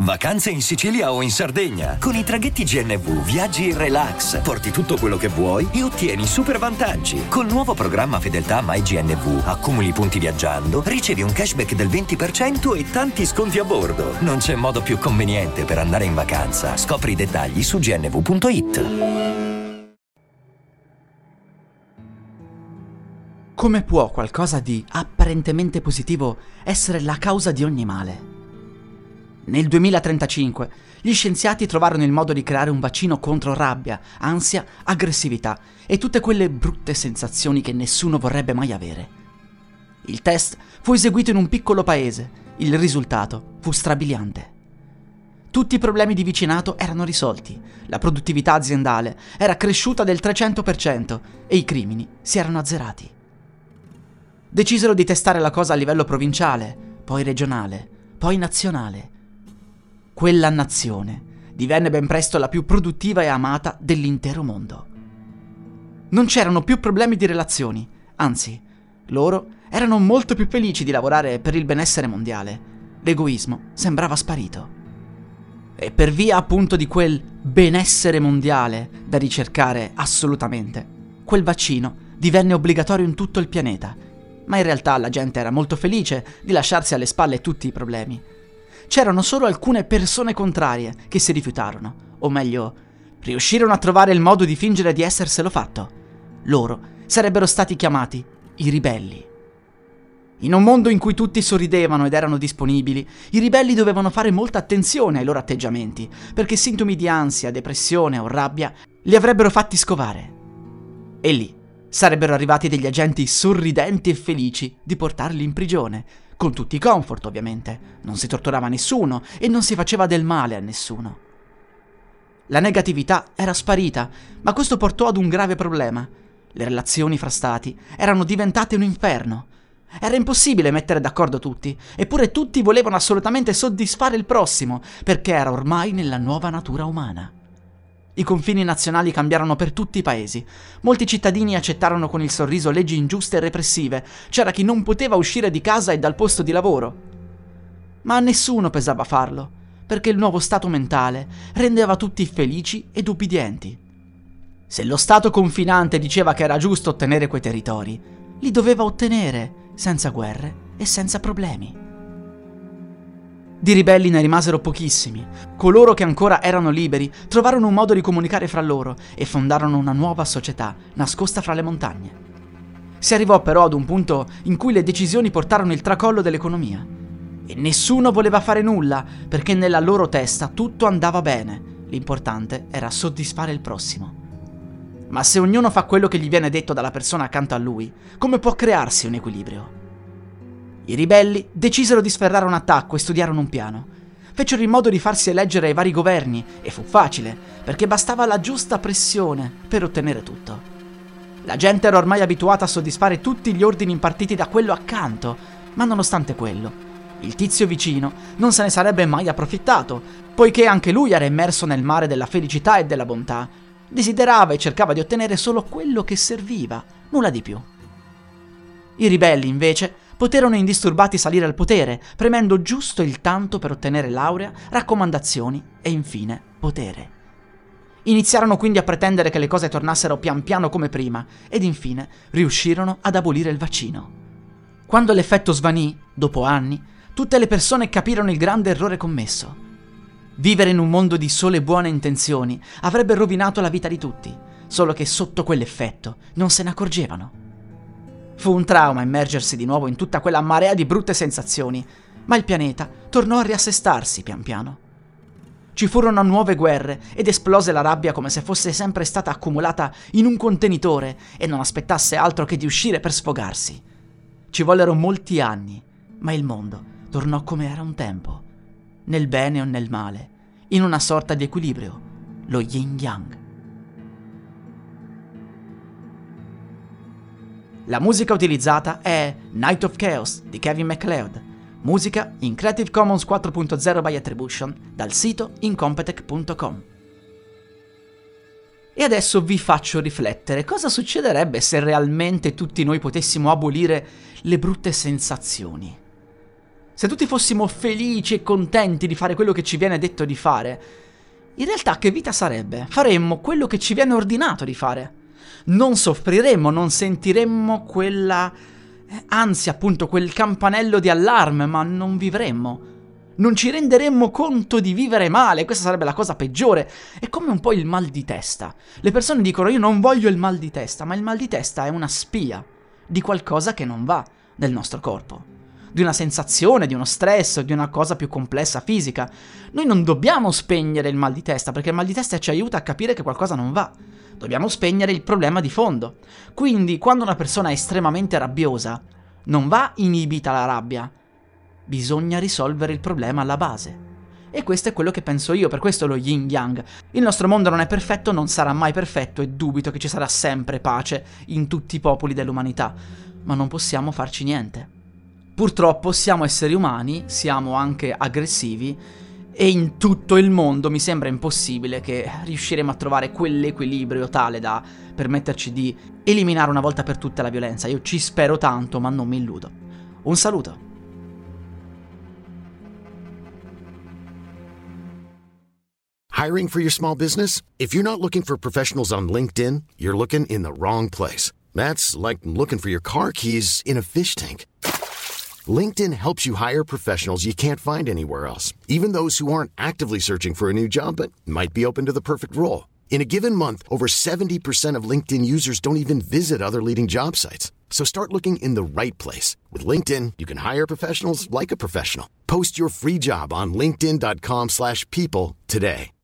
Vacanze in Sicilia o in Sardegna. Con i traghetti GNV viaggi in relax, porti tutto quello che vuoi e ottieni super vantaggi. Col nuovo programma Fedeltà MyGNV accumuli punti viaggiando, ricevi un cashback del 20% e tanti sconti a bordo. Non c'è modo più conveniente per andare in vacanza. Scopri i dettagli su gnv.it. Come può qualcosa di apparentemente positivo essere la causa di ogni male? Nel 2035 gli scienziati trovarono il modo di creare un vaccino contro rabbia, ansia, aggressività e tutte quelle brutte sensazioni che nessuno vorrebbe mai avere. Il test fu eseguito in un piccolo paese. Il risultato fu strabiliante. Tutti i problemi di vicinato erano risolti, la produttività aziendale era cresciuta del 300% e i crimini si erano azzerati. Decisero di testare la cosa a livello provinciale, poi regionale, poi nazionale. Quella nazione divenne ben presto la più produttiva e amata dell'intero mondo. Non c'erano più problemi di relazioni, anzi, loro erano molto più felici di lavorare per il benessere mondiale. L'egoismo sembrava sparito. E per via appunto di quel benessere mondiale da ricercare assolutamente, quel vaccino divenne obbligatorio in tutto il pianeta. Ma in realtà la gente era molto felice di lasciarsi alle spalle tutti i problemi. C'erano solo alcune persone contrarie che si rifiutarono, o meglio, riuscirono a trovare il modo di fingere di esserselo fatto. Loro sarebbero stati chiamati i ribelli. In un mondo in cui tutti sorridevano ed erano disponibili, i ribelli dovevano fare molta attenzione ai loro atteggiamenti, perché sintomi di ansia, depressione o rabbia li avrebbero fatti scovare. E lì sarebbero arrivati degli agenti sorridenti e felici di portarli in prigione, con tutti i comfort ovviamente. Non si torturava nessuno e non si faceva del male a nessuno. La negatività era sparita, ma questo portò ad un grave problema. Le relazioni fra stati erano diventate un inferno. Era impossibile mettere d'accordo tutti, eppure tutti volevano assolutamente soddisfare il prossimo, perché era ormai nella nuova natura umana. I confini nazionali cambiarono per tutti i paesi. Molti cittadini accettarono con il sorriso leggi ingiuste e repressive. C'era chi non poteva uscire di casa e dal posto di lavoro. Ma a nessuno pesava farlo, perché il nuovo stato mentale rendeva tutti felici ed ubbidienti. Se lo stato confinante diceva che era giusto ottenere quei territori, li doveva ottenere, senza guerre e senza problemi. Di ribelli ne rimasero pochissimi. Coloro che ancora erano liberi trovarono un modo di comunicare fra loro e fondarono una nuova società nascosta fra le montagne. Si arrivò però ad un punto in cui le decisioni portarono il tracollo dell'economia e nessuno voleva fare nulla perché nella loro testa tutto andava bene. L'importante era soddisfare il prossimo. Ma se ognuno fa quello che gli viene detto dalla persona accanto a lui, come può crearsi un equilibrio? I ribelli decisero di sferrare un attacco e studiarono un piano. Fecero in modo di farsi eleggere ai vari governi e fu facile, perché bastava la giusta pressione per ottenere tutto. La gente era ormai abituata a soddisfare tutti gli ordini impartiti da quello accanto, ma nonostante quello, il tizio vicino non se ne sarebbe mai approfittato, poiché anche lui era immerso nel mare della felicità e della bontà. Desiderava e cercava di ottenere solo quello che serviva, nulla di più. I ribelli, invece, poterono indisturbati salire al potere, premendo giusto il tanto per ottenere laurea, raccomandazioni e infine potere. Iniziarono quindi a pretendere che le cose tornassero pian piano come prima ed infine riuscirono ad abolire il vaccino. Quando l'effetto svanì, dopo anni, tutte le persone capirono il grande errore commesso. Vivere in un mondo di sole buone intenzioni avrebbe rovinato la vita di tutti, solo che sotto quell'effetto non se ne accorgevano. Fu un trauma immergersi di nuovo in tutta quella marea di brutte sensazioni, ma il pianeta tornò a riassestarsi pian piano. Ci furono nuove guerre ed esplose la rabbia come se fosse sempre stata accumulata in un contenitore e non aspettasse altro che di uscire per sfogarsi. Ci vollero molti anni, ma il mondo tornò come era un tempo, nel bene o nel male, in una sorta di equilibrio, lo yin-yang. La musica utilizzata è Night of Chaos di Kevin MacLeod, musica in Creative Commons 4.0 by Attribution dal sito incompetech.com. E adesso vi faccio riflettere: cosa succederebbe se realmente tutti noi potessimo abolire le brutte sensazioni? se tutti fossimo felici e contenti di fare quello che ci viene detto di fare, in realtà che vita sarebbe? Faremmo quello che ci viene ordinato di fare. Non soffriremmo, non sentiremmo quella ansia, appunto, quel campanello di allarme, ma non vivremmo. Non ci renderemmo conto di vivere male, questa sarebbe la cosa peggiore. È come un po' il mal di testa. Le persone dicono io non voglio il mal di testa, ma il mal di testa è una spia di qualcosa che non va nel nostro corpo. Di una sensazione, di uno stress, di una cosa più complessa fisica. Noi non dobbiamo spegnere il mal di testa, perché il mal di testa ci aiuta a capire che qualcosa non va. Dobbiamo spegnere il problema di fondo. Quindi, quando una persona è estremamente rabbiosa, non va inibita la rabbia. Bisogna risolvere il problema alla base. E questo è quello che penso io, per questo lo yin yang. Il nostro mondo non è perfetto, non sarà mai perfetto e dubito che ci sarà sempre pace in tutti i popoli dell'umanità. Ma non possiamo farci niente. Purtroppo siamo esseri umani, siamo anche aggressivi e in tutto il mondo mi sembra impossibile che riusciremo a trovare quell'equilibrio tale da permetterci di eliminare una volta per tutte la violenza. Io ci spero tanto, ma non mi illudo. Un saluto. Hiring for your small business? If you're not looking for professionals on LinkedIn, you're looking in the wrong place. That's like looking for your car keys in a fish tank. LinkedIn helps you hire professionals you can't find anywhere else, even those who aren't actively searching for a new job but might be open to the perfect role. In a given month, over 70% of LinkedIn users don't even visit other leading job sites. So start looking in the right place. With LinkedIn, you can hire professionals like a professional. Post your free job on linkedin.com/people today.